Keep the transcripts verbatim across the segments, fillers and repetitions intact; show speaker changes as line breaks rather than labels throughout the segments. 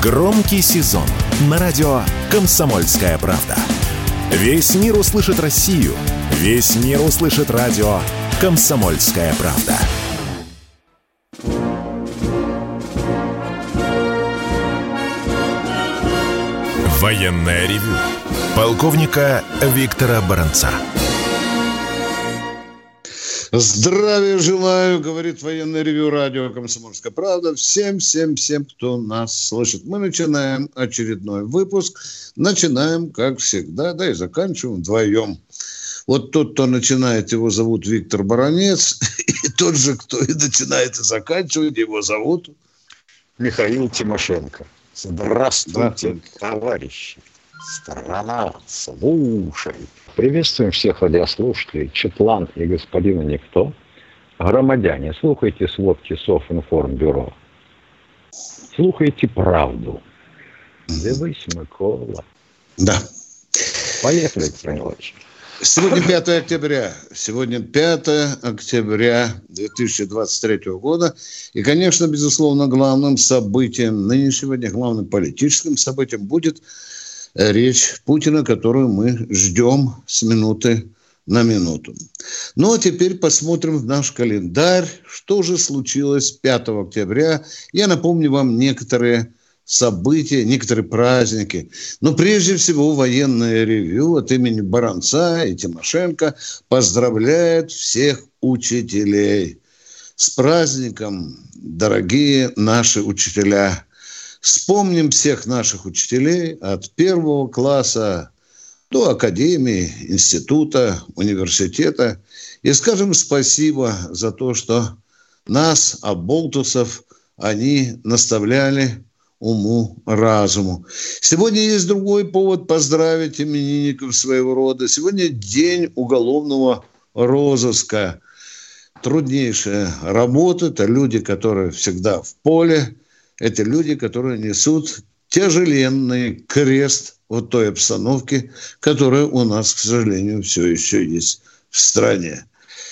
Громкий сезон на радио «Комсомольская правда». Весь мир услышит Россию. Весь мир услышит радио «Комсомольская правда». Военное ревю полковника Виктора Баранца.
Здравия желаю, говорит военное ревю радио «Комсомольская правда». Всем, всем, всем, кто нас слышит. Мы начинаем очередной выпуск. Начинаем, как всегда, да и заканчиваем вдвоем. Вот тот, кто начинает, его зовут Виктор Баранец. И тот же, кто и начинает, и заканчивает, его зовут
Михаил Тимошенко. Здравствуйте, да, товарищи. Страна, слушай. Приветствуем всех радиослушателей, Четлан и господина Никто. Громадяне, слухайте сводки Софинформбюро. Слухайте правду. Дивись, Микола.
Да.
Поехали, Станилович.
Сегодня пятое октября. Сегодня пятое октября две тысячи двадцать третьего года. И, конечно, безусловно, главным событием нынешнего дня, главным политическим событием будет речь Путина, которую мы ждем с минуты на минуту. Ну, а теперь посмотрим в наш календарь, что же случилось пятого октября. Я напомню вам некоторые события, некоторые праздники. Но прежде всего военное ревью от имени Баранца и Тимошенко поздравляет всех учителей. С праздником, дорогие наши учителя! Вспомним всех наших учителей от первого класса до академии, института, университета. И скажем спасибо за то, что нас, оболтусов, они наставляли уму-разуму. Сегодня есть другой повод поздравить именинников своего рода. Сегодня день уголовного розыска. Труднейшая работа. Это люди, которые всегда в поле. Это люди, которые несут тяжеленный крест вот той обстановки, которая у нас, к сожалению, все еще есть в стране.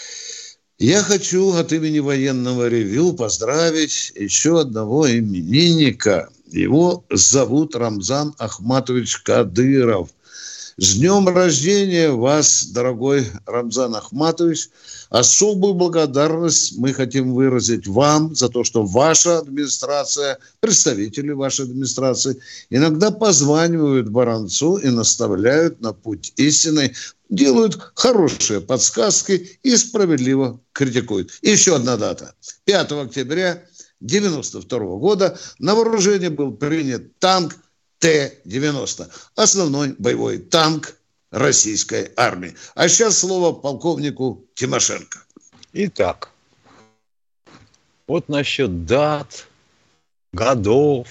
Я хочу от имени военного ревью поздравить еще одного именинника. Его зовут Рамзан Ахматович Кадыров. С днем рождения вас, дорогой Рамзан Ахматович. Особую благодарность мы хотим выразить вам за то, что ваша администрация, представители вашей администрации иногда позванивают Баранцу и наставляют на путь истинный, делают хорошие подсказки и справедливо критикуют. И еще одна дата. пятого октября девяносто второго года на вооружение был принят танк Т девяносто. Основной боевой танк российской армии. А сейчас слово полковнику Тимошенко.
Итак, вот насчет дат, годов,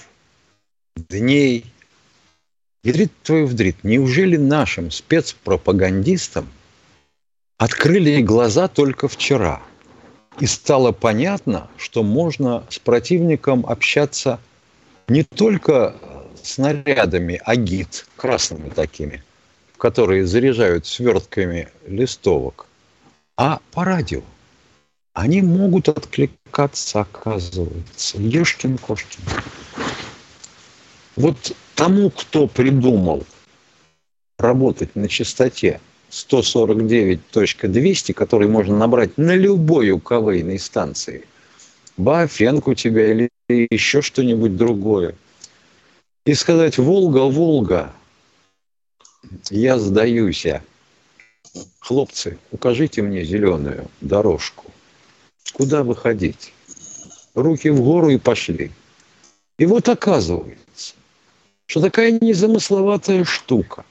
дней. Ядрит твою вдрит, неужели нашим спецпропагандистам открыли глаза только вчера? И стало понятно, что можно с противником общаться не только снарядами АГИТ, красными такими, которые заряжают свертками листовок, а по радио. Они могут откликаться, оказывается. Ешкин-кошкин. Вот тому, кто придумал работать на частоте сто сорок девять точка двести, который можно набрать на любой УКВной станции, Баофенк у тебя или еще что-нибудь другое, и сказать: «Волга, Волга, я сдаюсь. Хлопцы, укажите мне зеленую дорожку. Куда выходить? Руки в гору и пошли». И вот оказывается, что такая незамысловатая штука.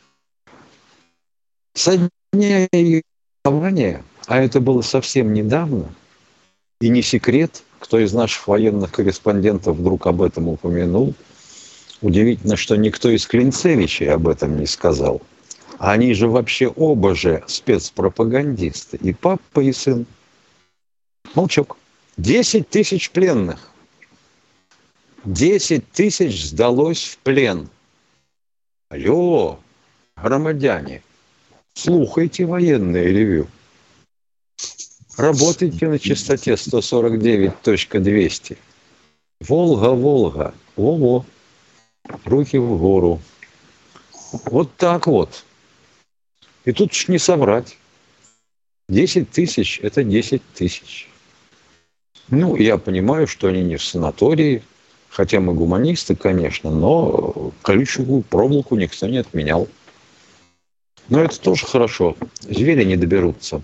Со дня ее основания, а это было совсем недавно, и не секрет, кто из наших военных корреспондентов вдруг об этом упомянул. Удивительно, что никто из Клинцевичей об этом не сказал. А они же вообще оба же спецпропагандисты. И папа, и сын. Молчок. Десять тысяч пленных. Десять тысяч сдалось в плен. Алло, громадяне, слухайте военное ревью. Работайте на частоте сто сорок девять точка двести. Волга, Волга, во-во. руки в гору. Вот так вот. И тут уж не соврать. десять тысяч – это десять тысяч. Ну, я понимаю, что они не в санатории, хотя мы гуманисты, конечно, но колючую проволоку никто не отменял. Но это тоже хорошо. Звери не доберутся.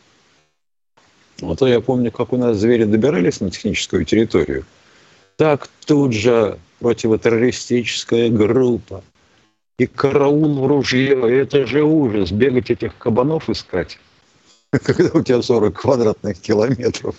А то я помню, как у нас звери добирались на техническую территорию. Так тут же противотеррористическая группа. И караул в ружье. Это же ужас. Бегать этих кабанов искать. Когда у тебя сорок квадратных километров,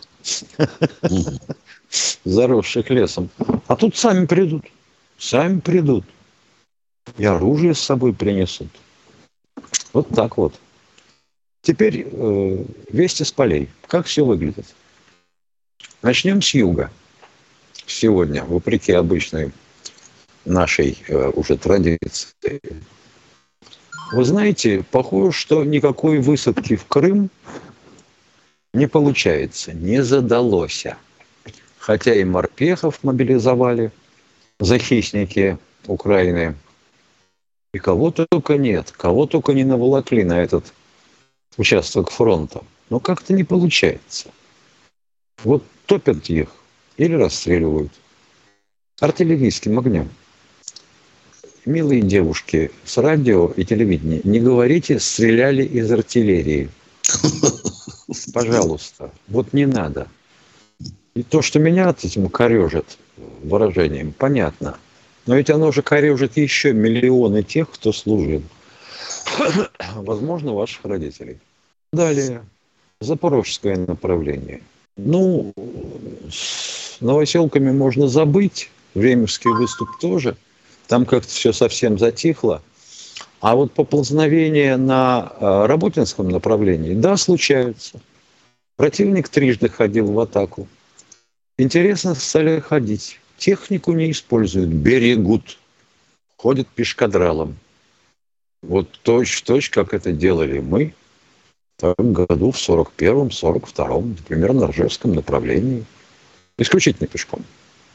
заросших лесом. А тут сами придут. Сами придут. И оружие с собой принесут. Вот так вот. Теперь э, вести с полей. Как все выглядит? Начнем с юга. Сегодня, вопреки обычной нашей э, уже традиции. Вы знаете, похоже, что никакой высадки в Крым не получается, не задалось. Хотя и морпехов мобилизовали, захисники Украины. И кого только нет, кого только не наволокли на этот участок фронта. Но как-то не получается. Вот топят их или расстреливают артиллерийским огнем. Милые девушки с радио и телевидения, не говорите «стреляли из артиллерии». Пожалуйста, вот не надо. И то, что меня от этим корежит выражением, понятно. Но ведь оно же корежит еще миллионы тех, кто служил. Возможно, ваших родителей. Далее. Запорожское направление. Ну, с новоселками можно забыть. Временский выступ тоже. Там как-то все совсем затихло. А вот поползновения на Работинском направлении, да, случаются. Противник трижды ходил в атаку. Интересно стали ходить. Технику не используют, берегут. Ходят пешкадралом. Вот точь-в-точь, как это делали мы так, году в сорок первом сорок втором, например, на Ржевском направлении. Исключительно пешком.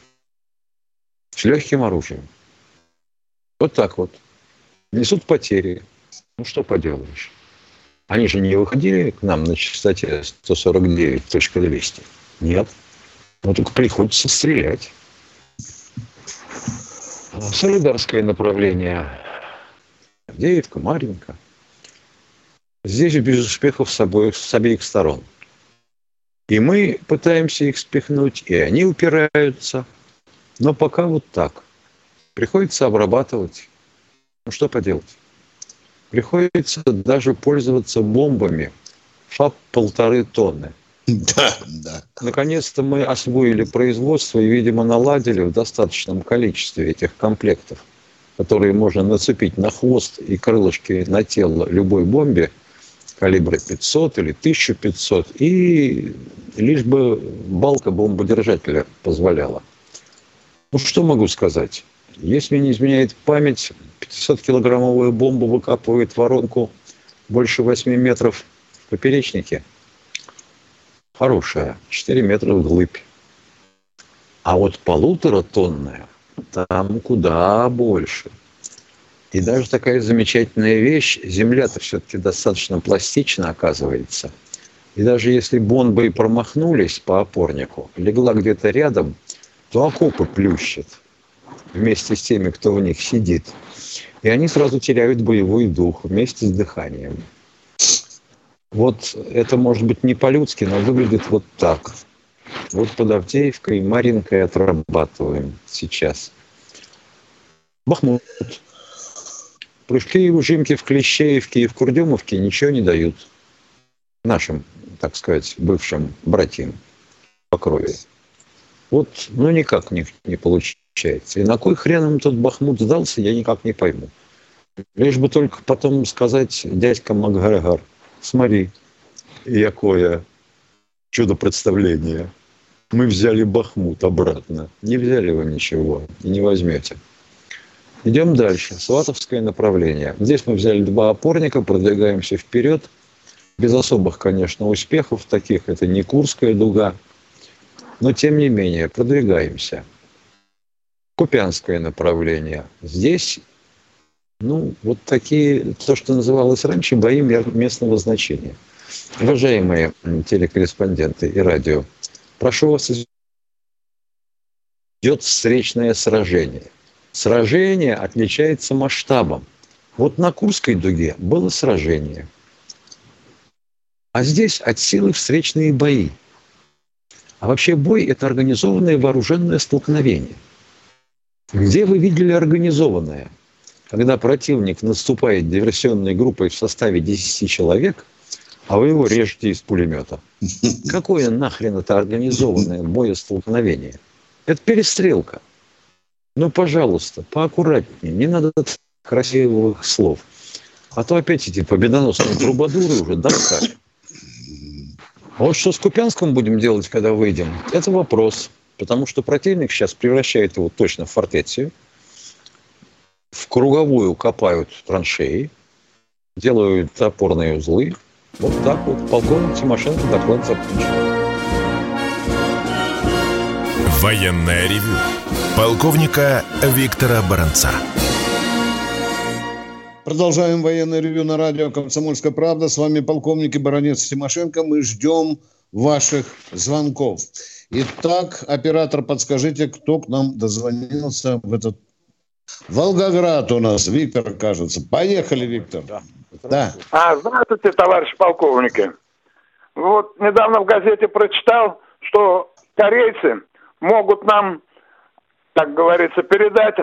С легким оружием. Вот так вот. Несут потери. Ну, что поделаешь. Они же не выходили к нам на частоте сто сорок девять точка двести. Нет. Но только приходится стрелять. Солидарское направление. Авдеевка, Марьинка. Здесь без успехов с обоих, с обеих сторон. И мы пытаемся их спихнуть, и они упираются. Но пока вот так. Приходится обрабатывать. Ну, что поделать? Приходится даже пользоваться бомбами. ФАП полторы тонны.
Да, да.
Наконец-то мы освоили производство и, видимо, наладили в достаточном количестве этих комплектов, которые можно нацепить на хвост и крылышки на тело любой бомбе калибра пятьсот или тысяча пятьсот, и лишь бы балка бомбодержателя позволяла. Ну, что могу сказать? Если не изменяет память, пятисоткилограммовая бомба выкапывает воронку больше восьми метров в поперечнике. Хорошая, четыре метра вглубь. А вот полуторатонная там куда больше. И даже такая замечательная вещь, земля-то все-таки достаточно пластична оказывается. И даже если бомбы и промахнулись по опорнику, легла где-то рядом, то окопы плющат вместе с теми, кто в них сидит. И они сразу теряют боевой дух вместе с дыханием. Вот это может быть не по-людски, но выглядит вот так. Вот под Авдеевкой и Марьинкой отрабатываем сейчас. Бахмут. Прыжки и ужимки в Клещеевке и в Курдюмовке ничего не дают. Нашим, так сказать, бывшим братьям по крови. Вот, ну, никак не, не получается. И на кой хрен им тот Бахмут сдался, я никак не пойму. Лишь бы только потом сказать: дядька Макгрегор, смотри, якое чудо представления. Мы взяли Бахмут обратно. Не взяли вы ничего и не возьмете. Идем дальше. Сватовское направление. Здесь мы взяли два опорника, продвигаемся вперед. Без особых, конечно, успехов таких. Это не Курская дуга. Но, тем не менее, продвигаемся. Купянское направление. Здесь, ну, вот такие, то, что называлось раньше, бои местного значения. Уважаемые телекорреспонденты и радио, прошу вас, идет встречное сражение. Сражение отличается масштабом. Вот на Курской дуге было сражение. А здесь от силы встречные бои. А вообще бой – это организованное вооруженное столкновение. Где вы видели организованное? Когда противник наступает диверсионной группой в составе десяти человек, а вы его режете из пулемета. Какое нахрен это организованное боестолкновение? Это перестрелка. Ну, пожалуйста, поаккуратнее. Не надо красивых слов. А то опять эти победоносные трубадуры уже достали. А вот что с Купянском будем делать, когда выйдем, это вопрос. Потому что противник сейчас превращает его точно в фортецию. В круговую копают траншеи, делают опорные узлы. Вот так вот. Полковник Тимошенко доклад закончил.
Военное ревю полковника Виктора Баранца.
Продолжаем военное ревю на радио «Комсомольская правда». С вами полковник и баронец Тимошенко. Мы ждем ваших звонков. Итак, оператор, подскажите, кто к нам дозвонился в этот... Волгоград у нас. Виктор, кажется. Поехали, Виктор. Да. да.
А, здравствуйте, товарищ полковники. Вот недавно в газете прочитал, что корейцы могут нам, так говорится, передать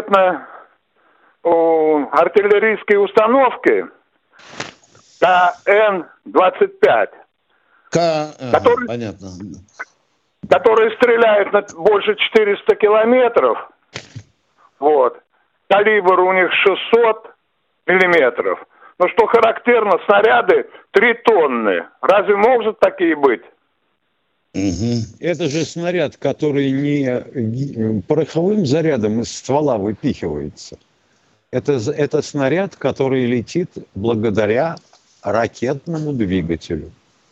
ракетно-артиллерийские установки Ка Эн двадцать пять.
К...
Которые...
Понятно.
которые стреляют на больше четыреста километров. Вот. Калибр у них шестьсот миллиметров. Но что характерно, снаряды три тонны. Разве может такие быть?
Угу. Это же снаряд, который не пороховым зарядом из ствола выпихивается. Это, это снаряд, который летит благодаря ракетному двигателю.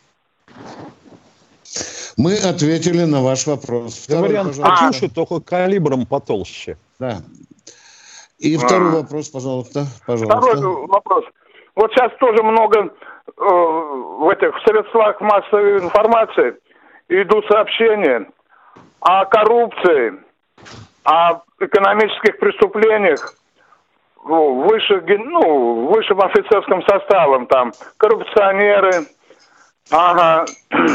Мы ответили на ваш вопрос.
Второй, вариант «Катюши», только калибром потолще.
Да. И второй а. вопрос, пожалуйста. пожалуйста.
Второй вопрос. Вот сейчас тоже много э, в этих средствах массовой информации идут сообщения о коррупции, о экономических преступлениях выше, ну, высшим офицерским составом. Там коррупционеры, ага,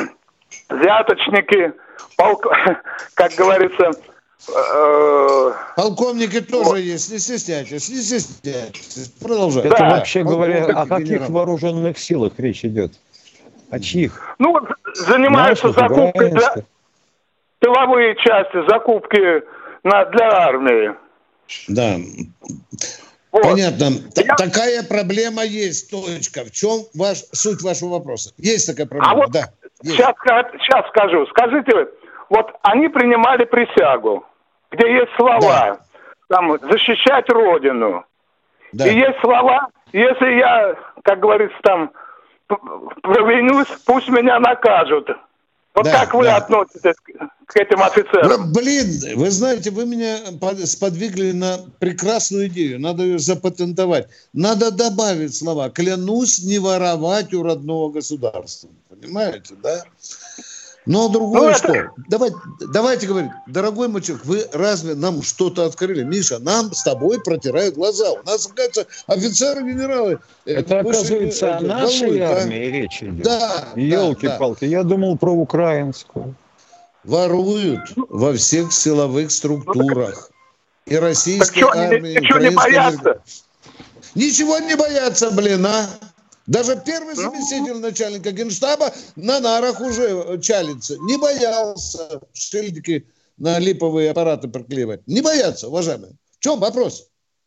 взяточники, полк... как говорится... Э...
Полковники тоже вот. Есть, не стесняйтесь, не стесняйтесь. Продолжайте.
Это
да.
вообще говоря, о каких генерал. вооруженных силах речь идет? О чьих?
Ну, занимаются Наших, закупкой для... тыловые части, закупки на... для армии.
Да. Вот. Понятно. Я... Такая проблема есть, точка. В чем ваш, суть вашего вопроса? Есть такая проблема,
а вот
да.
Сейчас, сейчас скажу. Скажите, вот они принимали присягу, где есть слова, да. там, защищать Родину. Да. И есть слова, если я, как говорится, там, провинюсь, пусть меня накажут. Вот да, как вы да. относитесь к этим офицерам?
Вот, блин, вы знаете, вы меня сподвигли на прекрасную идею. Надо ее запатентовать. Надо добавить слова «клянусь не воровать у родного государства». Понимаете, да? Но другое ну, что? Это... Давайте, давайте говорить, дорогой мальчик, вы разве нам что-то открыли? Миша, нам с тобой протирают глаза. У нас, кажется, офицеры-генералы.
Это, это оказывается, о нашей волнует, армии а? речь идет. Да, Елки-палки, да, да. Я думал про украинскую.
Воруют во всех силовых структурах. И российской
так
армии,
и украинской... не боятся?
Ничего не боятся, блин, а? Даже первый заместитель начальника Генштаба на нарах уже чалится. Не боялся шильдики на липовые аппараты приклеивать. Не боятся, уважаемые. В чем вопрос?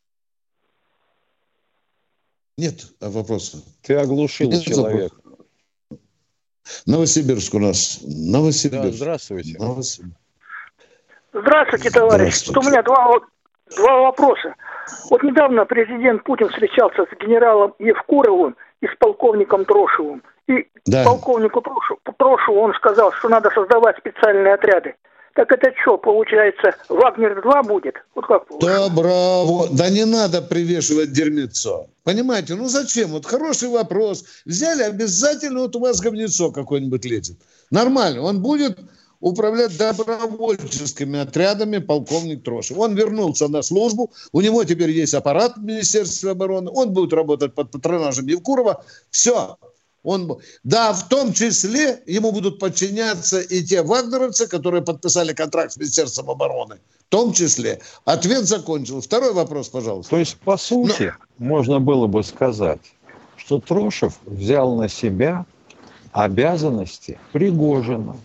Нет вопроса.
Ты оглушил Нет человека.
Вопроса. Новосибирск у нас. Новосибирск.
Да, здравствуйте.
Новосибирск.
Здравствуйте, товарищ. Здравствуйте. Вот у меня два, два вопроса. Вот недавно президент Путин встречался с генералом Евкуровым и с полковником Трошевым. И да. полковнику Трошеву он сказал, что надо создавать специальные отряды. Так это что, получается, Вагнер-два будет? Вот как получается?
Да, браво. Да не надо привешивать дерьмецо. Понимаете, ну зачем? Вот хороший вопрос. Взяли, обязательно вот у вас говнецо какое-нибудь лезет. Нормально. Он будет управлять добровольческими отрядами, полковник Трошев. Он вернулся на службу, у него теперь есть аппарат в Министерстве обороны, он будет работать под патронажем Евкурова. Все. Он... Да, в том числе ему будут подчиняться и те вагнеровцы, которые подписали контракт с Министерством обороны. В том числе. Ответ закончил. Второй вопрос, пожалуйста.
То есть, по сути, Но... можно было бы сказать, что Трошев взял на себя обязанности Пригожина.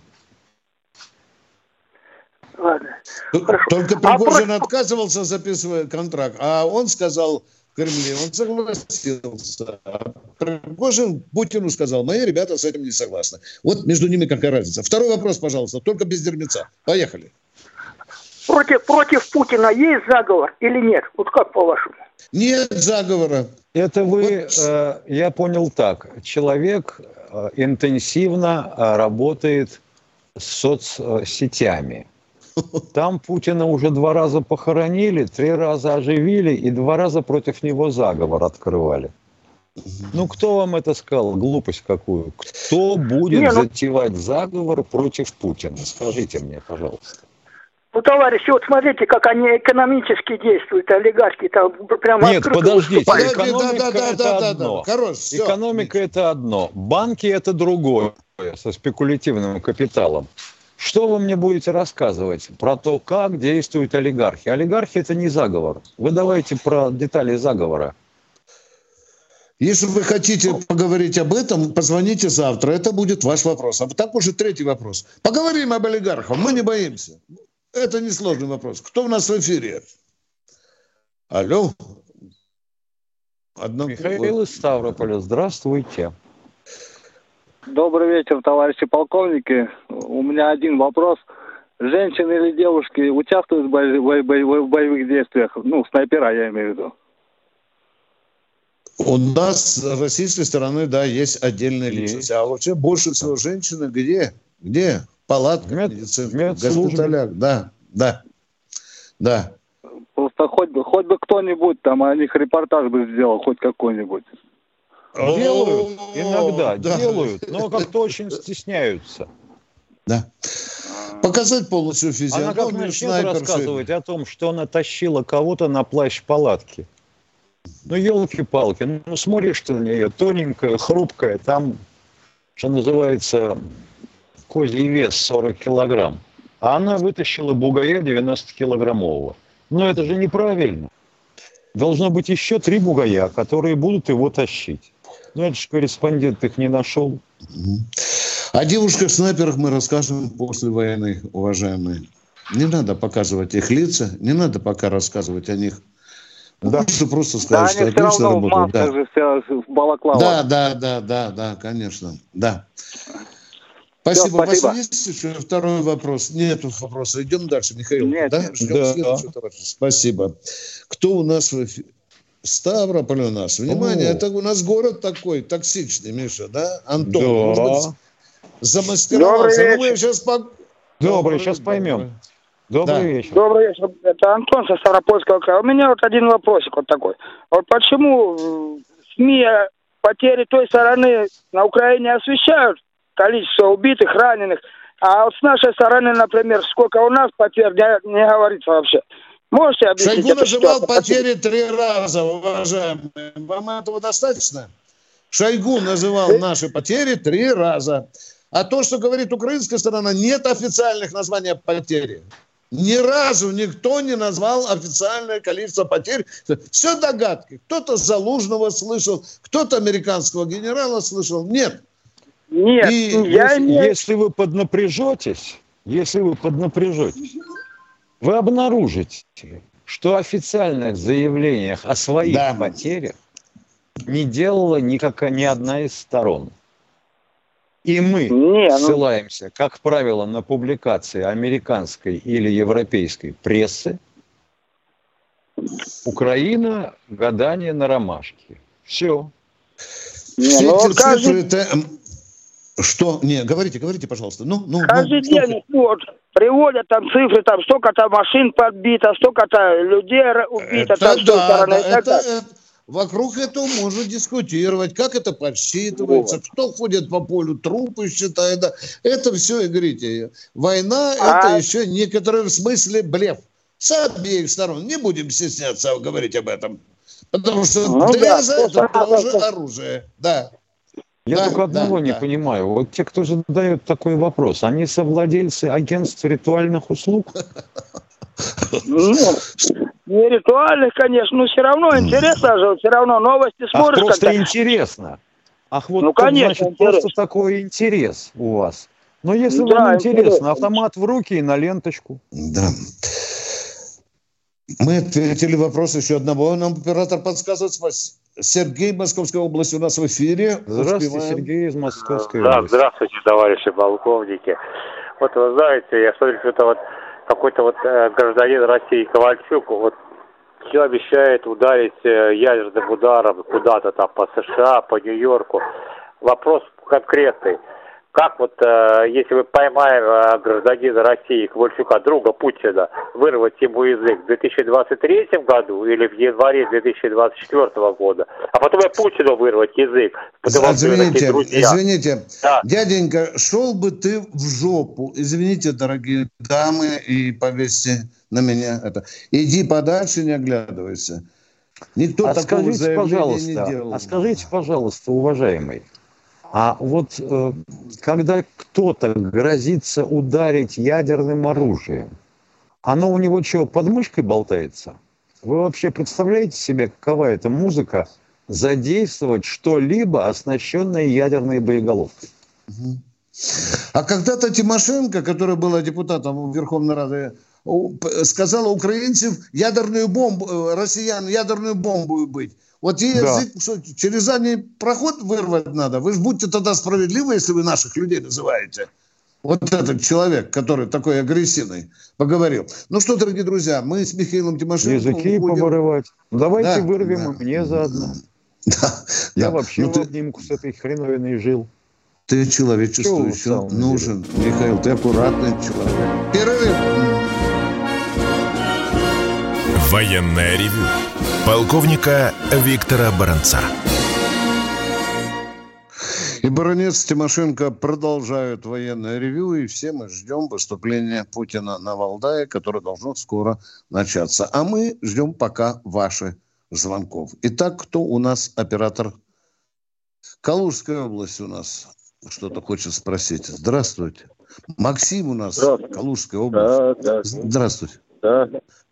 Ладно.
Только Пригожин а отказывался записывать контракт, а он сказал в Кремле, он согласился. А Пригожин Путину сказал, мои ребята с этим не согласны. Вот между ними какая разница. Второй вопрос, пожалуйста, только без дерьмеца. Поехали.
Против, против Путина есть заговор или нет? Вот как по-вашему?
Нет заговора.
Это вы,
вот.
э, я понял так, человек э, интенсивно э, работает с соцсетями. Там Путина уже два раза похоронили, три раза оживили и два раза против него заговор открывали. Ну, кто вам это сказал? Глупость какую. Кто будет Не, ну... затевать заговор против Путина? Скажите мне, пожалуйста.
Ну, товарищи, вот смотрите, как они экономически действуют, олигархи там прямо
Нет, подождите,
выступают.
экономика да, да, да, это да, да, одно.
Да, да. Хорош, все.
Экономика это одно, банки это другое, со спекулятивным капиталом. Что вы мне будете рассказывать про то, как действуют олигархи? Олигархи – это не заговор. Вы давайте про детали заговора.
Если вы хотите поговорить об этом, позвоните завтра. Это будет ваш вопрос. А так уже третий вопрос. Поговорим об олигархах. Мы не боимся. Это несложный вопрос. Кто у нас в эфире? Алло.
Одно... Михаил из Ставрополя. Здравствуйте.
Добрый вечер, товарищи полковники. У меня один вопрос. Женщины или девушки участвуют в, бо- бо- бо- в боевых действиях? Ну, снайпера, я имею в виду.
У нас с российской стороны, да, есть отдельные личности. А вообще больше всего женщины где? Где? В палатках,
Мед...
в госпиталях. Да, да, да.
Просто хоть бы, хоть бы кто-нибудь там о них репортаж бы сделал, хоть какой-нибудь.
Делают, иногда да. делают, но как-то очень стесняются.
Да. Показать полностью физиономию.
Она как начнет рассказывать о том, что она тащила кого-то на плащ палатки. Ну, елки-палки, ну, смотришь ты на нее, тоненькая, хрупкая, там, что называется, козий вес сорок килограмм. А она вытащила бугая девяносто-килограммового. Но это же неправильно. Должно быть еще три бугая, которые будут его тащить. Ну, это же корреспондент их не нашел.
О девушках-снайперах мы расскажем после войны, уважаемые. Не надо показывать их лица, не надо пока рассказывать о них. Да. Лучше просто сказать, да, что отлично работают. Да.
Же все в балаклавах.
Да, да, да, да, да, конечно. Да. Спасибо. Все, спасибо. У вас есть еще второй вопрос? Нет вопроса. Идем дальше, Михаил.
Нет,
да?
нет.
Ждем
да.
следующего товарища. Спасибо. Кто у нас в эфире? Ставрополь у нас. Внимание, О. это у нас город такой токсичный, Миша, да? Антон,
да.
может быть, замаскировался.
Добрый
ну, мы сейчас по...
Добрый, Добрый, сейчас поймем. Добрый
да.
вечер.
Добрый вечер. Это Антон со Ставропольского края. У меня вот один вопросик вот такой. Вот почему СМИ потери той стороны на Украине освещают количество убитых, раненых, а вот с нашей стороны, например, сколько у нас потерь, не, не говорится вообще. Можете объяснить?
Шойгу называл потери три раза, уважаемые. Вам этого достаточно? Шойгу называл наши потери три раза. А то, что говорит украинская сторона, нет официальных названий потери. Ни разу никто не назвал официальное количество потерь. Все догадки. Кто-то Залужного слышал, кто-то американского генерала слышал. Нет.
Нет,
И
я
если,
не...
если вы поднапряжетесь, если вы поднапряжетесь, вы обнаружите, что официальных заявлениях о своих да. потерях не делала никакая, ни одна из сторон. И мы не, ну... ссылаемся, как правило, на публикации американской или европейской прессы. Украина, гадание на ромашке. Все.
Не, ну, каждый... цифры, Что? Не, говорите, говорите, пожалуйста. Ну, ну,
Каждый
ну,
день вот, приводят там цифры, там столько-то машин подбито, столько-то людей убито,
это,
там, с той
да,
стороны.
да,
Это,
это, это, вокруг этого можно дискутировать, как это подсчитывается, вот. Кто ходит по полю, трупы считает. Да. Это все, и говорите, война а... это еще в некотором смысле блеф. С обеих сторон. Не будем стесняться говорить об этом. Потому что
ну,
леза
да,
это тоже оружие. Да.
Я
да,
только одного
да,
не
да.
понимаю. Вот те, кто задают такой вопрос, они совладельцы агентств ритуальных услуг?
Ну, не ритуальных, конечно, но все равно интересно же, все равно новости смотришь.
Ах, просто
как-то.
интересно. Ах, вот
ну,
тут,
конечно,
значит,
интересно.
просто такой интерес у вас. Но если
да,
вам интересно,
интересно,
автомат в руки и на ленточку.
Да. Мы ответили вопрос еще одного. Нам оператор подсказывает. Сергей, Московская область, у нас в эфире.
Здравствуйте,
Успеваем.
Сергей из Московской
да,
области.
Здравствуйте, товарищи полковники. Вот вы знаете, я смотрю, что это вот какой-то вот э, гражданин России Ковальчук вот все обещает ударить э, ядерным ударом куда-то там по США, по Нью-Йорку. Вопрос конкретный. Как вот, э, если мы поймаем э, гражданина России Ковальчука, друга Путина, вырвать ему язык в две тысячи двадцать третьем году или в январе две тысячи двадцать четвёртого года, а потом и Путину вырвать язык?
Извините, извините,
да.
Дяденька, шел бы ты в жопу. Извините, дорогие дамы, и повесьте на меня это. Иди подальше, не оглядывайся. Никто
а
такого
скажите,
заявления
пожалуйста,
не делал.
А скажите, пожалуйста, уважаемый, а вот э, когда кто-то грозится ударить ядерным оружием, оно у него что, под мышкой болтается? Вы вообще представляете себе, какова эта музыка задействовать что-либо, оснащенное ядерной боеголовкой?
А когда-то Тимошенко, которая была депутатом Верховной Рады, сказала украинцам ядерную бомбу, россиян ядерную бомбу быть. Вот язык, да. Что, через задний проход вырвать надо. Вы же будьте тогда справедливы, если вы наших людей называете. Вот этот человек, который такой агрессивный, поговорил. Ну что, дорогие друзья, мы с Михаилом Тимошенко
языки уходим. Повырывать. Давайте да, вырвем да. и мне заодно.
Да,
Я
да.
вообще
ну,
в обнимку ты... с этой хреновиной жил.
Ты человечеству еще нужен. Деле? Михаил, ты аккуратный человек. Перерыв.
Военное ревю полковника Виктора Баранца.
И баронец Тимошенко продолжают военное ревю, и все мы ждем выступления Путина на Валдае, которое должно скоро начаться. А мы ждем пока ваших звонков. Итак, кто у нас оператор? Калужская область у нас что-то хочет спросить. Здравствуйте. Максим у нас, Калужская область.
Да, да.
Здравствуйте.
Да.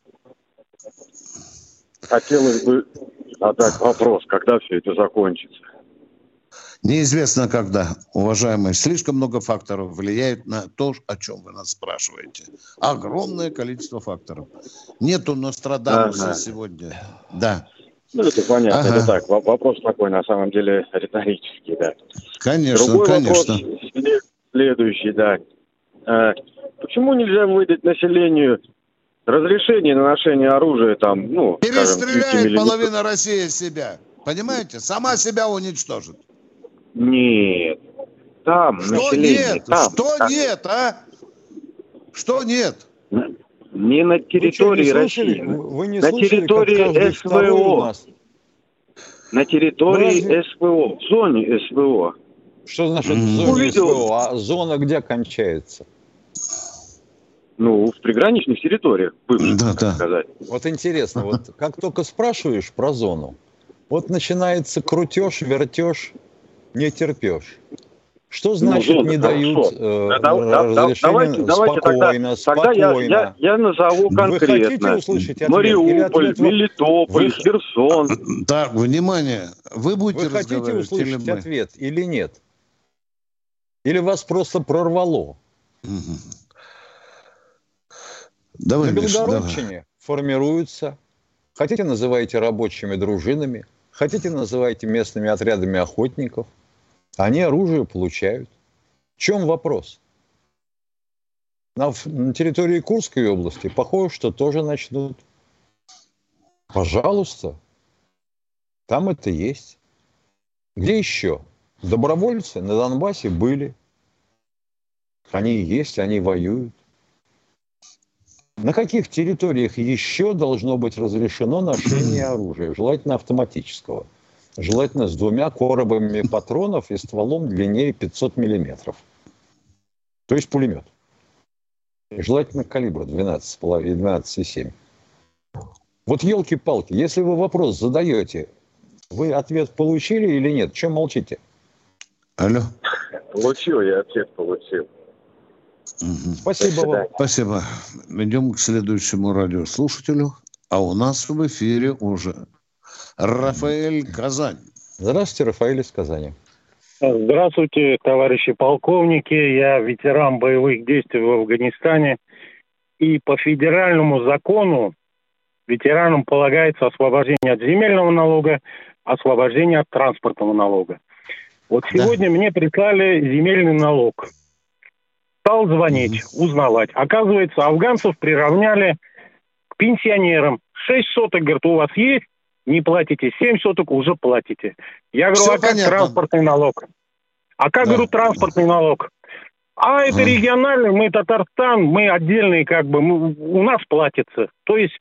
Хотелось бы задать вопрос, когда все это закончится.
Неизвестно когда, уважаемые. Слишком много факторов влияет на то, о чем вы нас спрашиваете. Огромное количество факторов. Нету Нострадамуса ага. сегодня. Да.
Ну, это понятно. Ага. Это так. Вопрос такой, на самом деле, риторический, да.
Конечно,
Другой
конечно.
Вопрос следующий, да. А, почему нельзя выдать населению разрешение на ношение оружия там, ну,
перестреляет половина России себя. Понимаете? Сама себя уничтожит.
Нет. Там
что
население.
Нет?
Там.
Что
там.
нет, а? Что нет?
Не на территории
вы
России.
Вы не
на
слышали,
территории СВО. На территории
Разве...
СВО. В зоне СВО.
Что значит в зоне Увидел. СВО? А зона где кончается?
Ну, в приграничных территориях, бывших,
да,
так
да.
сказать.
Вот интересно, вот как только спрашиваешь про зону, вот начинается крутеж, вертеж, не терпешь. Что значит ну, зона, не дают э, да, разрешения
давайте, давайте,
спокойно,
тогда,
спокойно?
Тогда я, я, я назову конкретно.
Вы хотите услышать ответ?
Мариуполь,
ответ...
Мелитополь, Вы... Херсон.
Так, внимание. Вы будете
Вы хотите услышать или ответ или нет? Или вас просто прорвало?
Угу. Давай,
На
Миша,
Белгородчине
давай.
формируются, хотите называйте рабочими дружинами, хотите называйте местными отрядами охотников, они оружие получают. В чем вопрос? На, на территории Курской области похоже, что тоже начнут. Пожалуйста, там это есть. Где еще? Добровольцы на Донбассе были. Они есть, они воюют. На каких территориях еще должно быть разрешено ношение оружия? Желательно автоматического. Желательно с двумя коробами патронов и стволом длиннее пятьсот миллиметров. То есть пулемет. Желательно калибра двенадцать и двенадцать и семь. Вот елки-палки, если вы вопрос задаете, вы ответ получили или нет? Чем молчите?
Алло.
Получил, я ответ получил.
Угу.
Спасибо вам.
Спасибо. Идем к следующему радиослушателю. А у нас в эфире уже Рафаэль, Казань.
Здравствуйте, Рафаэль из Казани.
Здравствуйте, товарищи полковники. Я ветеран боевых действий в Афганистане. И по федеральному закону ветеранам полагается освобождение от земельного налога, освобождение от транспортного налога. Вот сегодня да. мне прислали земельный налог. Стал звонить, узнавать. Оказывается, афганцев приравняли к пенсионерам. Шесть соток, говорит, у вас есть, не платите. Семь соток уже платите. Я говорю, Все а понятно. Как транспортный налог? А как, да. говорю, транспортный налог? А это а. региональный, мы Татарстан, мы отдельные, как бы, мы, у нас платится. То есть,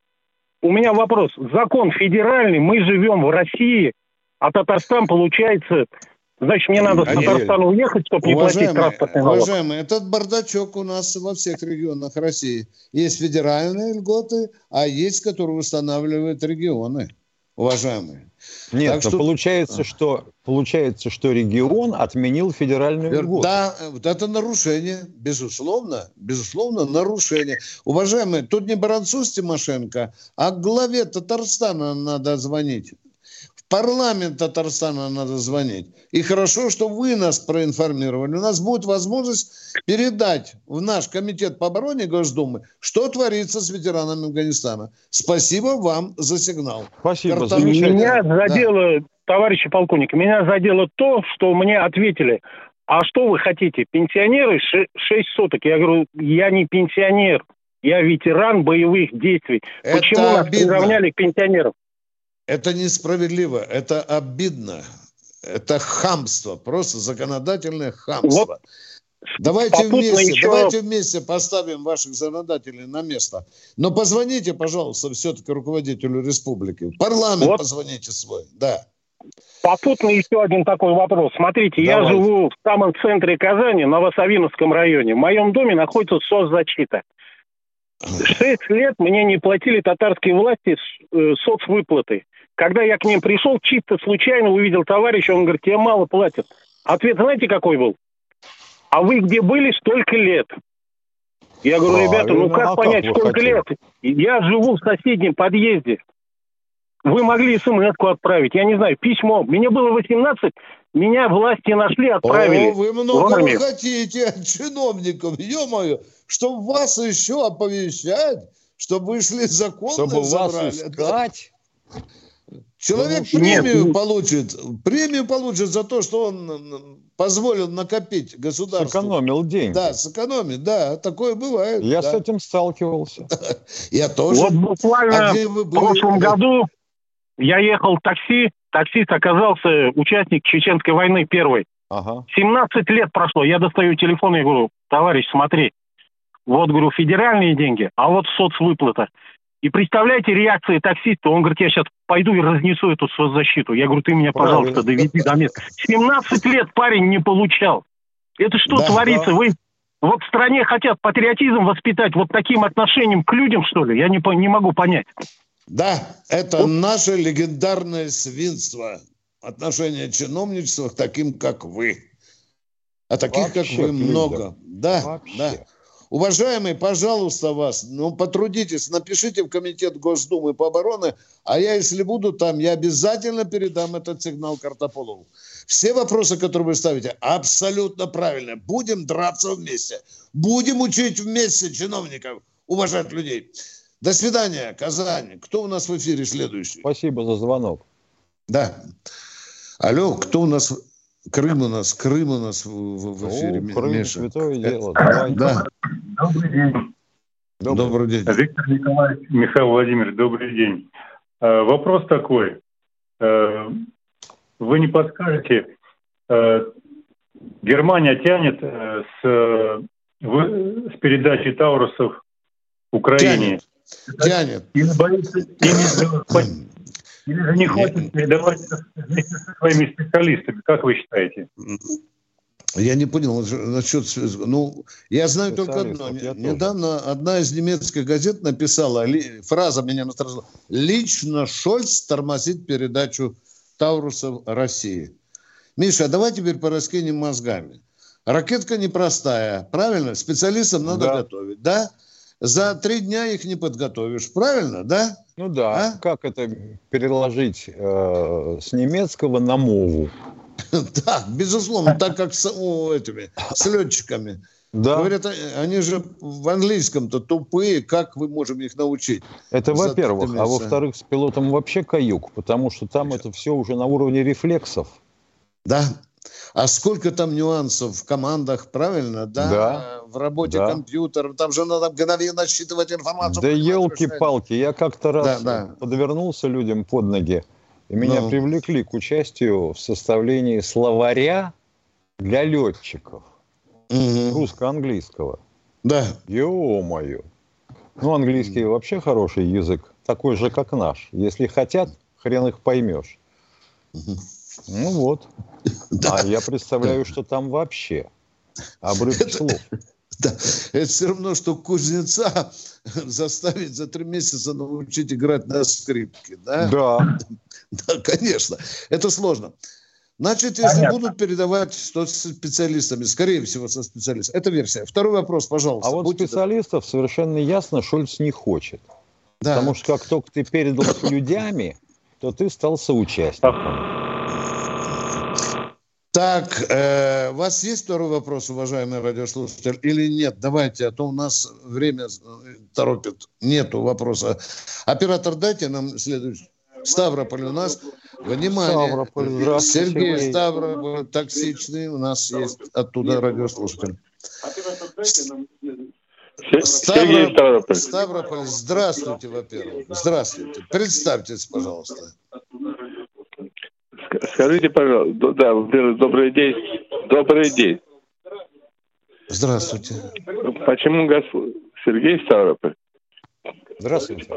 у меня вопрос. Закон федеральный, мы живем в России, а Татарстан, получается... Значит, мне надо с Татарстана уехать, чтобы не платить транспортный налог.
Уважаемый, этот бардачок у нас во всех регионах России. Есть федеральные льготы, а есть, которые устанавливают регионы, уважаемые.
Нет, так но что... получается, что, получается, что регион отменил федеральную льготу.
Да, вот это нарушение, безусловно, безусловно, нарушение. Уважаемые, тут не Баранцу с Тимошенко, а главе Татарстана надо звонить. Парламент Татарстана надо звонить. И хорошо, что вы нас проинформировали. У нас будет возможность передать в наш комитет по обороне Госдумы, что творится с ветеранами Афганистана. Спасибо вам за сигнал.
Спасибо
за Меня задело, да. товарищи полковники, меня задело то, что мне ответили. А что вы хотите? Пенсионеры шесть соток. Я говорю, я не пенсионер. Я ветеран боевых действий. Это Почему нас обидно. приравняли к пенсионерам?
Это несправедливо, это обидно, это хамство, просто законодательное хамство. Вот. Давайте вместе, еще... давайте вместе поставим ваших законодателей на место. Но позвоните, пожалуйста, все-таки руководителю республики. В парламент вот. позвоните свой, да.
Попутно еще один такой вопрос. Смотрите, Давайте. я живу в самом центре Казани, в Новосавиновском районе. В моем доме находится соцзащита. Шесть лет мне не платили татарские власти соцвыплаты. Когда я к ним пришел, чисто случайно увидел товарища, он говорит, тебе мало платят. Ответ знаете какой был? А вы где были столько лет? Я говорю, ребята, ну как а понять, как сколько хотели? лет? Я живу в соседнем подъезде. Вы могли смс-ку отправить, я не знаю, письмо. Мне было восемнадцать, меня власти нашли, отправили.
О, вы много вы хотите от чиновников, ё-моё, чтобы вас еще оповещать, чтобы вышли законы
Чтобы
забрали.
вас искать.
Человек ну, премию нет. получит, премию получит за то, что он позволил накопить государству.
Сэкономил деньги.
Да, сэкономить, да, такое бывает.
Я
да.
с этим сталкивался.
Я тоже.
Вот буквально а в прошлом году я ехал в такси, таксист оказался участник Чеченской войны первой.
Ага.
семнадцать лет прошло, я достаю телефон и говорю, товарищ, смотри, вот, говорю, федеральные деньги, а вот соцвыплата. И представляете реакции таксиста, он говорит, я сейчас пойду и разнесу эту соцзащиту. Я говорю, ты меня, пожалуйста, доведи до места. семнадцать лет парень не получал. Это что да, творится? Да. Вы вот в стране хотят патриотизм воспитать вот таким отношением к людям, что ли? Я не, не могу понять.
Да, это вот. наше легендарное свинство. Отношение чиновничества к таким, как вы. А таких, Вообще, как вы, много. Да, Вообще. да. Уважаемые, пожалуйста, вас, ну, потрудитесь, напишите в комитет Госдумы по обороне, а я, если буду там, я обязательно передам этот сигнал Картополову. Все вопросы, которые вы ставите, абсолютно правильные. Будем драться вместе. Будем учить вместе чиновников уважать людей. До свидания, Казань. Кто у нас в эфире следующий?
Спасибо за звонок.
Да. Алло, кто у нас... Крым у нас, Крым у нас в, в эфире.
О, Крым,
Миша.
святое дело. Давай.
Да.
Добрый день.
Добрый, добрый день.
Виктор Николаевич, Михаил Владимирович, добрый день. Э, вопрос такой. Э, вы не подскажете, э, Германия тянет э, с, э, в, с передачи Таурусов Украине.
Тянет. Тянет.
Или боится, или, или же не хочет передавать вместе со своими специалистами. Как вы считаете?
Я не понял насчет... Ну, я знаю только одно.
Я
Недавно тоже. Одна из немецких газет написала, фраза меня насторожила: лично Шольц тормозит передачу Таурусов России. Миша, давай теперь пораскинем мозгами. Ракетка непростая, правильно? Специалистам надо да. готовить, да? За три дня их не подготовишь, правильно, да?
Ну да. А? Как это переложить э, с немецкого на мову?
Да, безусловно, так как с, о, этими, с летчиками. Да. Говорят, они же в английском-то тупые, как мы можем их научить?
Это во-первых. А во-вторых, с пилотом вообще каюк, потому что там это все уже на уровне рефлексов.
Да. А сколько там нюансов в командах, правильно? Да. да. В работе да. компьютера. Там же надо мгновенно считывать информацию.
Да елки-палки. Я как-то раз да, да. подвернулся людям под ноги. И меня ну. привлекли к участию в составлении словаря для летчиков. Угу. Русско-английского.
Да.
Ё-моё. Ну, английский угу. вообще хороший язык. Такой же, как наш. Если хотят, хрен их поймешь. Угу. Ну вот. Да. А я представляю, что там вообще обрыв
это,
слов.
Да. Это все равно, что кузнеца заставить за три месяца научить играть на скрипке. Да?
Да.
Да, конечно. Это сложно. Значит, если Понятно. будут передавать что со специалистами, скорее всего, со специалистами. Это версия. Второй вопрос, пожалуйста.
А вот специалистов добры. Совершенно ясно Шольц не хочет. Да. Потому что как только ты передал с людьми, то ты стал соучастником.
Так, э, у вас есть второй вопрос, уважаемый радиослушатель, или нет? Давайте, а то у нас время торопит. Нету вопроса. Оператор, дайте нам следующий. Ставрополь у нас. Внимание.
Ставрополь,
Сергей, Сергей Ставрополь, токсичный. У нас есть оттуда радиослушатель.
Сергей Ставрополь.
Ставрополь, здравствуйте, во-первых. Здравствуйте. Представьтесь, пожалуйста.
Скажите, пожалуйста, да, добрый день, добрый день.
Здравствуйте.
Почему Господь... Сергей Ставрополь.
Здравствуйте.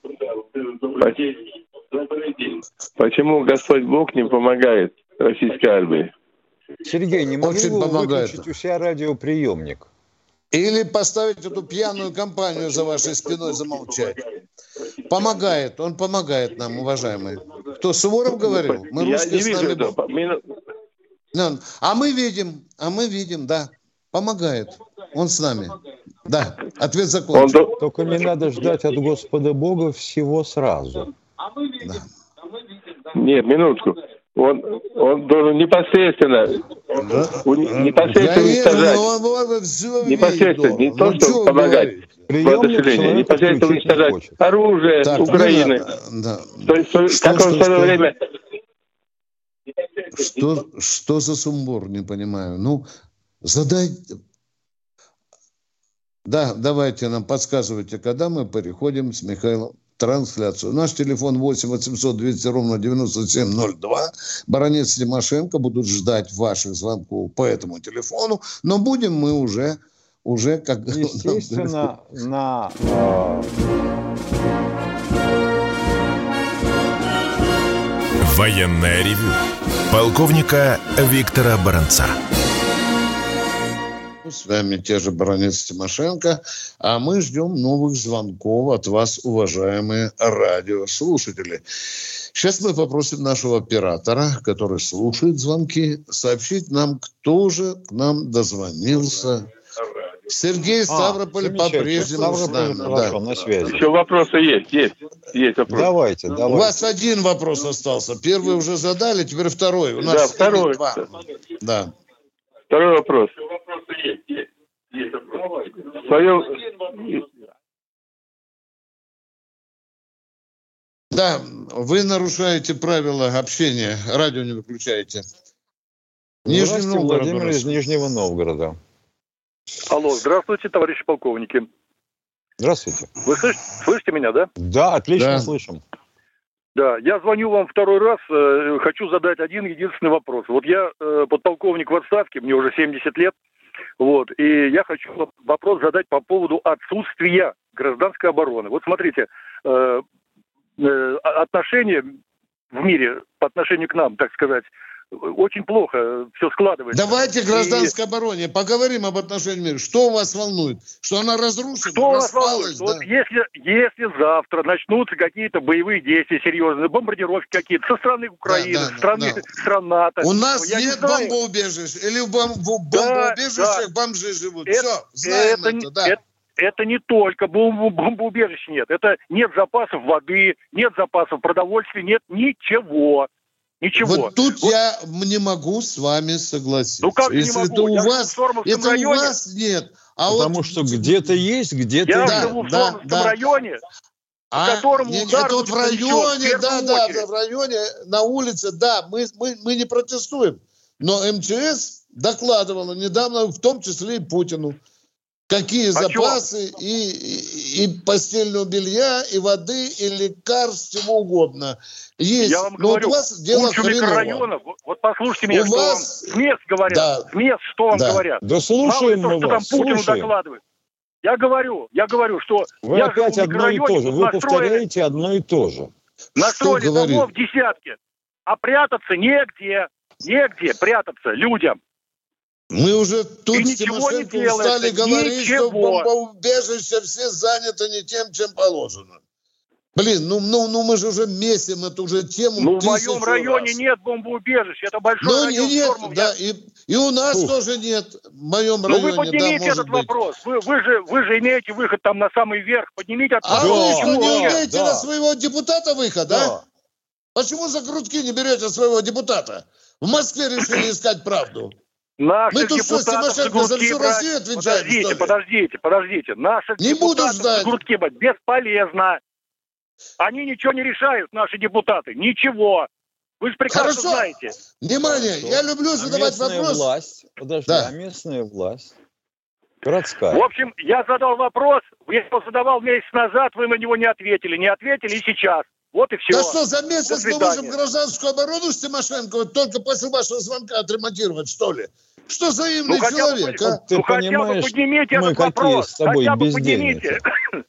Почему Господь Бог не помогает российской армии?
Сергей, не могли бы вы выключить у себя радиоприемник?
Или поставить эту пьяную компанию за вашей спиной, замолчать. Помогает, он помогает нам, уважаемые. Кто, Суворов говорил? Мы русские с нами... Этого. А мы видим, а мы видим, да. Помогает. Он с нами. Да, ответ закончен.
Он... Только не надо ждать от Господа Бога всего сразу.
Да.
Нет, минутку. Он, он должен непосредственно, да? непосредственно уничтожать. Непосредственно, не то, что помогать населению, непосредственно уничтожать оружие так, Украины.
Да.
То есть,
что,
как
что,
он в свое
что?
время...
Что, что за сумбур, не понимаю. Ну, задай... Да, давайте нам подсказывайте, когда мы переходим с Михаилом трансляцию. Наш телефон восемь восемьсот двести ровно девяносто семь ноль два. Баранец Тимошенко будут ждать ваших звонков по этому телефону, но будем мы уже, уже как...
Естественно, на... Э...
Военное ревю полковника Виктора Баранца.
С вами те же Баранец Тимошенко, а мы ждем новых звонков от вас, уважаемые радиослушатели. Сейчас мы попросим нашего оператора, который слушает звонки, сообщить нам, кто же к нам дозвонился. Сергей Ставрополь а, по-прежнему с нами.
Хорошо, да. На связи.
Еще вопросы есть, есть, есть вопросы.
Давайте, давайте.
У вас один вопрос остался. Первый уже задали, теперь второй. У нас
да, второй.
Два. Да.
Второй вопрос. Есть, есть, есть вопрос. Свое...
Да, вы нарушаете правила общения. Радио не выключаете.
Нижний Новгород. Владимир из Нижнего Новгорода.
Алло, здравствуйте, товарищи полковники.
Здравствуйте.
Вы слышите, слышите меня, да?
Да, отлично да. слышим.
Да, я звоню вам второй раз, э, хочу задать один единственный вопрос. Вот я э, подполковник в отставке, мне уже семьдесят лет, вот, и я хочу вопрос задать по поводу отсутствия гражданской обороны. Вот смотрите, э, э, отношения в мире по отношению к нам, так сказать, очень плохо все складывается.
Давайте к гражданской
и...
обороне поговорим об отношениях мира. Что вас волнует? Что она разрушена,
Что
распалась?
вас волнует?
Да?
Вот если, если завтра начнутся какие-то боевые действия серьезные, бомбардировки какие-то со стороны Украины,
да, да,
со стороны
да.
стран НАТО.
У нас
я
нет
не
бомбоубежищ. Или в бом- бомбоубежищах
да,
бомжи живут.
Это,
Все, знаем
это,
это, да.
Это, это не только бомб, бомбоубежищ нет. Это нет запасов воды, нет запасов продовольствия, нет ничего. Ничего.
Вот тут
вот.
я не могу с вами согласиться.
Ну как
если
не могу?
это у
я
вас, это
районе.
у вас нет. А
Потому
вот...
что где-то есть, где-то
я
нет.
Я живу в
да,
Сормовском
да.
районе,
а,
по которому
не,
удар
это вот в районе,
в
да, да,
очередь.
в районе, на улице, да, мы, мы, мы не протестуем. Но МЧС докладывала недавно, в том числе и Путину, какие а запасы и, и, и постельного белья, и воды, и лекарств, чего угодно есть.
Я вам
но
говорю,
вот у вас дело
микрорайонов, вот, вот послушайте меня,
у
что
вас...
вам СМЕС говорят,
да.
СМЕС, что вам
да.
говорят.
Да слушаем
Мало
мы
то,
вас,
что там Путину
слушаем.
докладывает. Я говорю, я говорю, что
вы
я
опять
живу в
одно и то же, вы
настроили,
повторяете одно и то же.
Настроили домов десятки, а прятаться негде, негде прятаться людям.
Мы уже тут
и
с Тимошенко устали говорить,
ничего.
что в бомбоубежище все заняты не тем, чем положено. Блин, ну, ну, ну мы же уже месим эту же тему.
Ну в моем районе
раз.
нет бомбоубежищ, это большой
ну,
район.
Нет,
Сормов,
да,
я...
и, и у нас Фух. тоже нет в моем
ну,
районе.
Ну вы поднимите
да,
этот
быть.
вопрос, вы, вы, же, вы же имеете выход там на самый верх, поднимите этот
а
вопрос.
А вы что, не
нет?
умеете да. на своего депутата выход, да? да? Почему за грудки не берете своего депутата? В Москве решили искать правду.
Наших
Мы тут что, с Тимошенко за всю
брать?
Россию отвечаем,
Подождите,
что ли?
подождите, подождите. Наших
не буду
депутатов
ждать.
за грудки брать бесполезно. Они ничего не решают, наши депутаты. Ничего. Вы же прекрасно
Хорошо.
знаете.
Внимание,
Хорошо.
я люблю задавать
а
вопрос.
Власть, подожди,
да.
а местная власть? Городская.
В общем, я задал вопрос, я его задавал месяц назад, вы на него не ответили. Не ответили и сейчас. Вот и все.
Да что, за месяц мы можем гражданскую оборону с Тимошенко вот только после вашего звонка отремонтировать, что ли? Что за имный
ну,
человек,
бы,
а?
Ты
ну,
понимаешь,
хотя бы поднимите
мы
этот
какие
вопрос.
с тобой
Хотя бы
бездельники.
поднимите.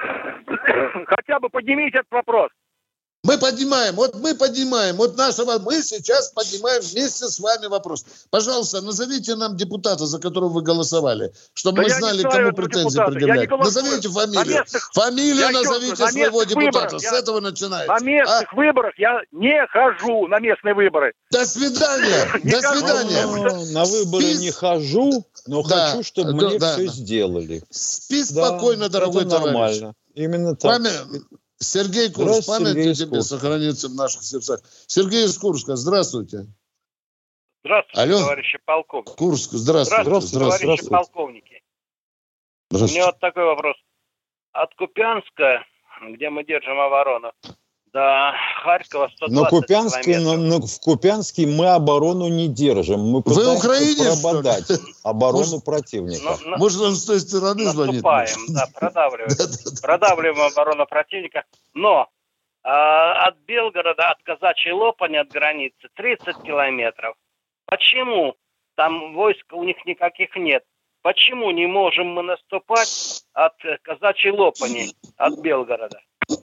Хотя бы поднимите этот вопрос.
Мы поднимаем, вот мы поднимаем, вот нашего, мы сейчас поднимаем вместе с вами вопрос. Пожалуйста, назовите нам депутата, за которого вы голосовали, чтобы
да
мы знали, кому претензии предъявлять. Назовите фамилию. Местных, фамилию назовите чувствую, своего депутата. Выборах, с я, этого начинайте.
На местных а? выборах я не хожу, на местные выборы.
До свидания, до свидания.
На выборы не хожу, но хочу, чтобы мне все сделали.
Спи спокойно, дорогой товарищ.
Нормально. Именно так.
Сергей Курск, память о тебе сохранится в наших сердцах. Сергей из Курска, здравствуйте.
Здравствуйте,
Алло.
товарищи полковники.
Курск, здравствуйте.
Здравствуйте, здравствуйте товарищи полковники.
Здравствуйте.
У меня вот такой вопрос. От Купянска, где мы держим оборону, до Харькова сто двадцать
на Купянске, на, на, в Купянске мы оборону не держим. Мы
Вы в Украине,
прободать оборону
Может,
противника.
Ну,
Может, он с той стороны звонит?
Наступаем, да, продавливаем. Продавливаем оборону противника. Но э, от Белгорода, от Казачьей Лопани, от границы, тридцать километров. Почему? Там войск у них никаких нет. Почему не можем мы наступать от Казачьей Лопани, от Белгорода?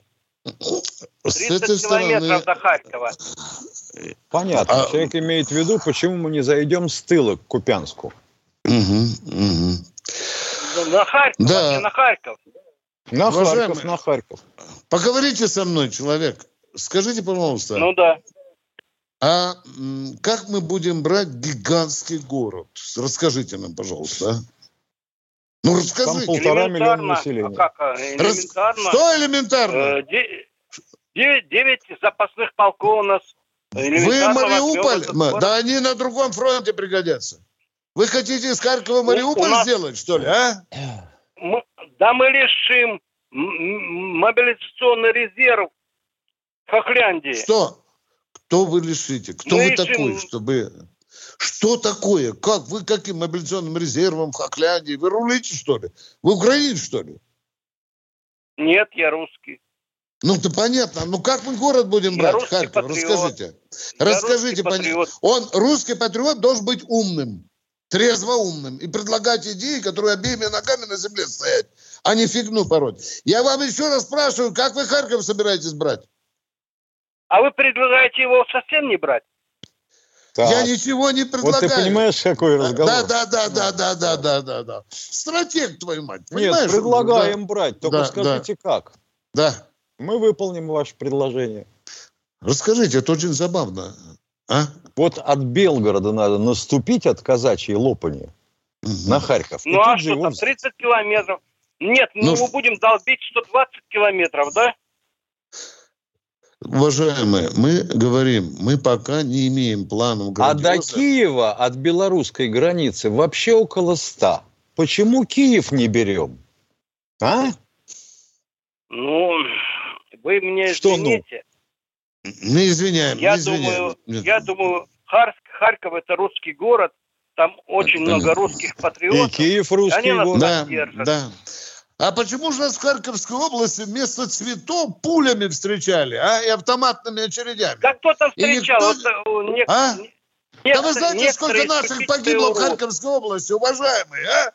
тридцать километров до Харькова.
Понятно. А... Человек имеет в виду, почему мы не зайдем с тыла к Купянску.
Угу, угу.
На Харьков,
да.
а на Харьков.
На
Уважаемый,
Харьков, на Харьков.
Поговорите со мной, человек. Скажите, пожалуйста.
Ну да.
А как мы будем брать гигантский город? Расскажите нам, пожалуйста. А? Ну, расскажите.
Там полтора миллиона населения.
А как? Элементарно.
Что элементарно?
Девять запасных полков у нас.
Вы Мариуполь? Да они на другом фронте пригодятся. Вы хотите из Харькова Мариуполь нас... сделать, что ли, а?
Мы... Да мы лишим мобилизационный резерв Хохляндии.
Что? Кто вы лишите? Кто
мы
вы
лишим...
такой, чтобы... Что такое? Как? Вы каким мобилизационным резервом в Хохляндии? Вы рулите, что ли? Вы украинец, что ли?
Нет, я русский.
Ну-то понятно. Ну как мы город будем
Я
брать, Харьков?
патриот.
Расскажите.
Я
Расскажите.
патриот.
Он, русский патриот, должен быть умным, трезво умным и предлагать идеи, которые обеими ногами на земле стоять, а не фигню пороть. Я вам еще раз спрашиваю, как вы Харьков собираетесь брать?
А вы предлагаете его совсем не брать?
Так.
Я ничего не предлагаю.
Вот ты понимаешь, какой разговор?
Да, да, да, да, да, да, да, да, да. Стратег, твою мать.
Нет, предлагаем
да.
брать. Только
да,
скажите,
да.
как?
Да.
Мы выполним ваше предложение.
Расскажите, это очень забавно. А?
Вот от Белгорода надо наступить от казачьей Лопани угу. на Харьков.
Ну а что там, тридцать километров? Нет, мы
ну,
его будем долбить сто двадцать километров, да?
Уважаемые, мы говорим, мы пока не имеем планов грандиозных.
А до Киева от белорусской границы вообще около ста. Почему Киев не берем? А?
Ну, вы мне
Что,
извините.
Ну? Не извиняем,
я
не извиняем.
Думаю, я думаю, Харьк, Харьков это русский город, там очень это много русских патриотов.
И Киев русский
они
город.
Нас
да, да. А почему же нас в Харьковской области вместо цветов пулями встречали, а, и автоматными очередями?
Да кто там встречал?
Никто...
Вот, не...
а?
не...
Да вы знаете, сколько наших погибло
урод.
в Харьковской области, уважаемые, а?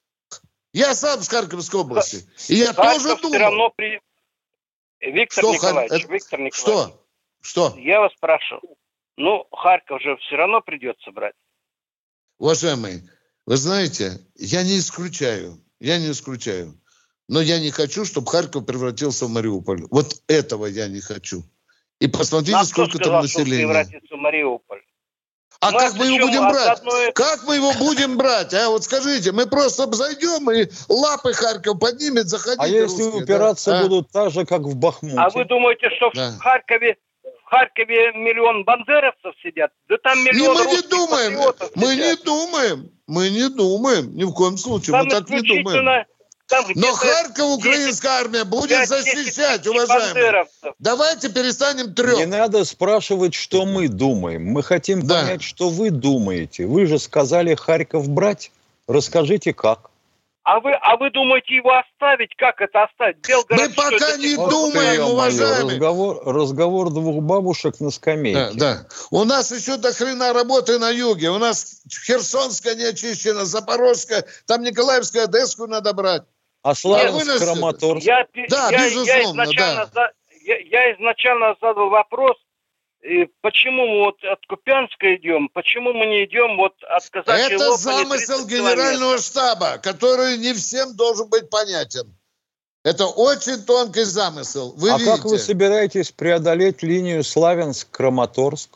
Я сам с Харьковской области. И я
Харьков
тоже думал.
Все равно при... Виктор
что,
Николаевич,
Хар...
Виктор Николаевич.
Что? Что?
Я вас спрашиваю. Ну, Харьков же все равно придется брать.
Уважаемые, вы знаете, я не исключаю, я не исключаю, но я не хочу, чтобы Харьков превратился в Мариуполь. Вот этого я не хочу. И посмотрите,
а
сколько
сказал,
там населения.
Что превратится в Мариуполь?
А
мы
как мы его будем брать?
Одной...
Как мы его будем брать? А вот скажите, мы просто зайдем и лапы Харьков поднимет, заходите.
А если
русские,
упираться
да?
будут так же, как в Бахмуте?
А вы думаете, что да. в Харькове в Харькове миллион бандеровцев сидят? Да там миллион
не, мы
русских
не думаем,
патриотов
мы
сидят.
не думаем, мы не думаем, ни в коем случае,
там
мы так не думаем.
Там
но Харьков украинская армия будет защищать, уважаемые. Давайте перестанем трёх.
Не надо спрашивать, что мы думаем. Мы хотим да. понять, что вы думаете. Вы же сказали Харьков брать. Расскажите, как.
А вы, а вы думаете его оставить? Как это оставить? Белгород,
мы пока
это...
не вот думаем, уважаемые.
Разговор, разговор двух бабушек на скамейке.
Да, да. У нас еще до хрена работы на юге. У нас Херсонская не очищена, Запорожская, там Николаевская, Одесскую надо брать.
А Славянск, Краматорск?
Я,
да,
я,
безусловно,
я изначально,
да.
За, я, я изначально задал вопрос, и почему мы вот от Купянска идем, почему мы не идем вот от казачьей
Это
Лопани
замысел генерального штаба, который не всем должен быть понятен. Это очень тонкий замысел. Вы
а
видите?
как вы собираетесь преодолеть линию Славянск-Краматорск?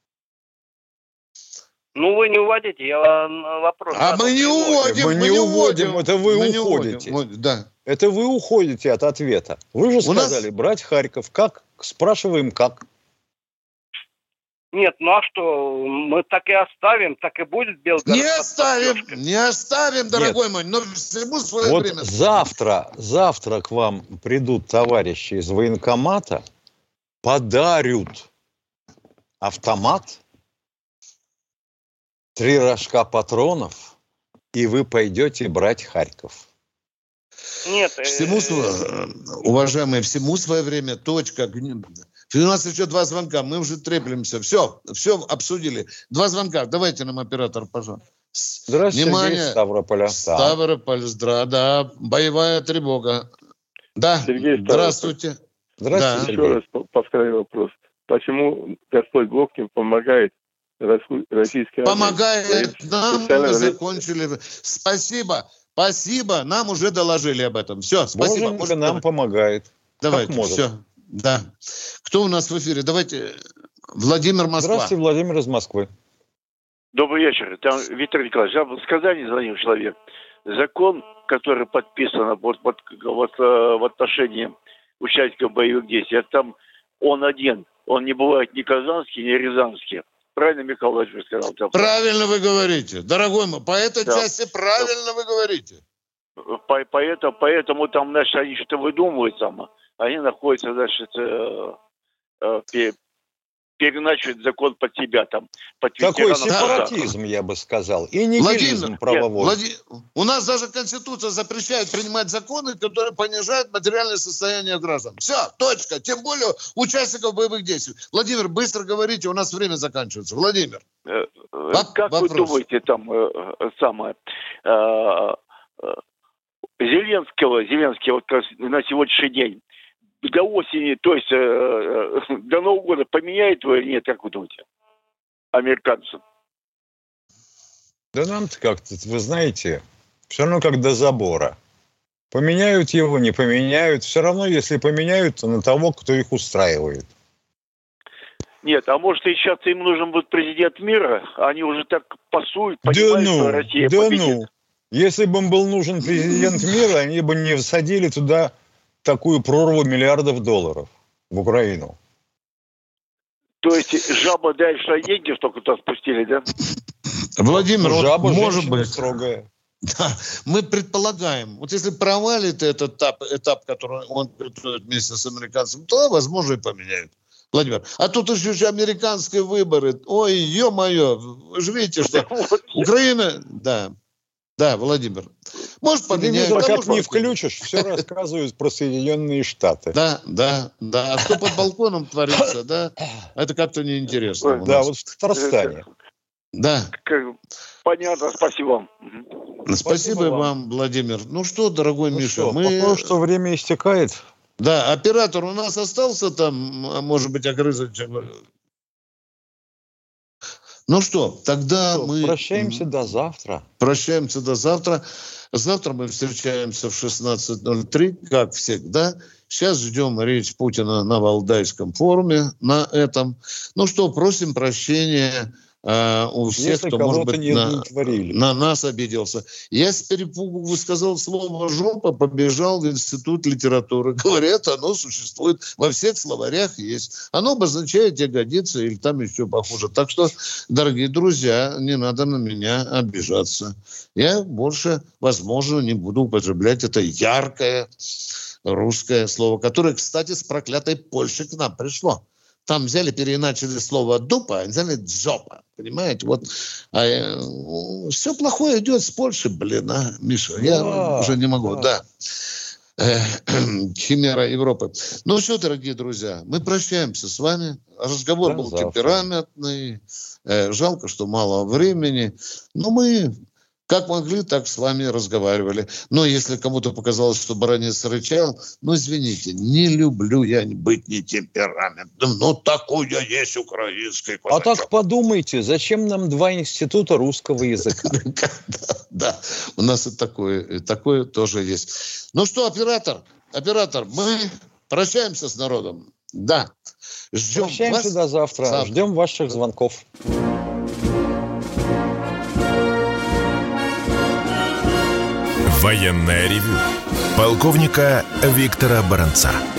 Ну, вы не уводите, я вопрос.
А мы не уводим,
мы, мы не уводим, уводим. Это вы мы уходите.
Уводим. Да.
Это вы уходите от ответа. Вы же У сказали, нас... брать Харьков. Как? Спрашиваем, как?
Нет, ну а что, мы так и оставим, так и будет Белгород.
Не оставим, не оставим, дорогой Нет. мой, но всему свое
вот
время.
завтра, завтра к вам придут товарищи из военкомата, подарят автомат, три рожка патронов, и вы пойдете брать Харьков.
Нет.
Всему, уважаемые, всему свое время, точка. У нас еще два звонка, мы уже треплемся. Все, все обсудили. Два звонка. Давайте нам, оператор, пожалуйста.
Здравствуйте, Внимание. Сергей, Ставрополь.
Ставрополь, здра, да, боевая тревога. Да,
Сергей,
здравствуйте.
Здравствуйте, да. Еще раз повторяю вопрос. Почему Господь Бог не помогает российской армии?
Помогает нам, мы закончили. Спасибо, спасибо, нам уже доложили об этом. Все, спасибо.
Боже, может, нам помогает.
Давайте, все. Да. Кто у нас в эфире? Давайте. Владимир, Москва.
Здравствуйте, Владимир из Москвы.
Добрый вечер. Там Виктор Николаевич, я в Казани звонил человек. Закон, который подписан вот, вот, вот, в отношении участников боевых действий, там он один. Он не бывает ни казанский, ни рязанский. Правильно Михаил Владимирович сказал? Там.
Правильно вы говорите. Дорогой мой, по этой да. части правильно да. вы говорите.
По, поэтому, поэтому там, значит, они что-то выдумывают там. Они находятся, значит, э, э, переначивать закон под себя там, под
Такой
ветеранов.
сепаратизм, я бы сказал, и нигилизм правовой.
Владимир, у нас даже Конституция запрещает принимать законы, которые понижают материальное состояние граждан. Все, точка. Тем более участников боевых действий. Владимир, быстро говорите, у нас время заканчивается. Владимир.
Воп- как вопрос. Вы думаете, там э, самое... Э, э, Зеленского, Зеленский вот на сегодняшний день до осени, то есть э, до Нового года поменяет его или нет, как вы думаете, американцев?
Да нам-то как-то, вы знаете, все равно как до забора. Поменяют его, не поменяют. Все равно, если поменяют, то на того, кто их устраивает.
Нет, а может сейчас им нужен будет президент мира? Они уже так пасуют, понимают,
да ну,
что Россия
да
победит.
Ну. Если бы им был нужен президент мира, они бы не всадили туда такую прорву миллиардов долларов в Украину.
То есть жаба дальше деньги только-то спустили, да?
Владимир,
ну, жаба,
вот, может быть,
строгая.
Да, мы предполагаем, вот если провалит этот этап, этап, который он готовит вместе с американцами, то, возможно, и поменяют. Владимир, а тут еще же американские выборы. Ой, ё-моё, вы же видите, что Украина... Да. Да, Владимир. Может, поменяют.
Телевизор как не включишь, все рассказывают про Соединенные Штаты.
Да, да, да. А что под балконом творится, да, это как-то неинтересно.
Да, вот в Татарстане.
Да.
Понятно, спасибо вам.
Спасибо, спасибо вам. вам, Владимир. Ну что, дорогой ну Миша,
что,
мы...
Похоже, что время истекает.
Да, оператор у нас остался там, может быть, огрызочек. Ну что, тогда что, мы...
Прощаемся до завтра.
Прощаемся до завтра. Завтра мы встречаемся в шестнадцать ноль три, как всегда. Сейчас ждем речь Путина на Валдайском форуме, на этом. Ну что, просим прощения э, у всех,
Если
кто, может быть, на, на нас обиделся. Я с перепугу высказал слово «жопа», побежал в Институт литературы. Говорят, оно существует, во всех словарях есть. Оно обозначает ягодицы или там еще похуже. Так что, дорогие друзья, не надо на меня обижаться. Я больше, возможно, не буду употреблять это яркое русское слово, которое, кстати, с проклятой Польши к нам пришло. Там взяли, переиначили слово «дупа», а взяли «дзопа». Понимаете? Вот а, э, все плохое идет с Польши, блин, а, Миша? Я да, уже не могу, да. да. Э, химера Европы. Ну что, дорогие друзья, мы прощаемся с вами. Разговор да, был завтра. темпераментный. Э, жалко, что мало времени. Но мы... Как могли, так с вами разговаривали. Но если кому-то показалось, что баранец рычал, ну, извините, не люблю я быть не темпераментным, но такой я есть украинский казачок.
А так подумайте, зачем нам два института русского языка?
Да, у нас и такое, такое тоже есть. Ну что, оператор, оператор, мы прощаемся с народом. Да.
Ждем Прощаемся до завтра. Ждем ваших звонков.
Военное ревю полковника Виктора Баранца.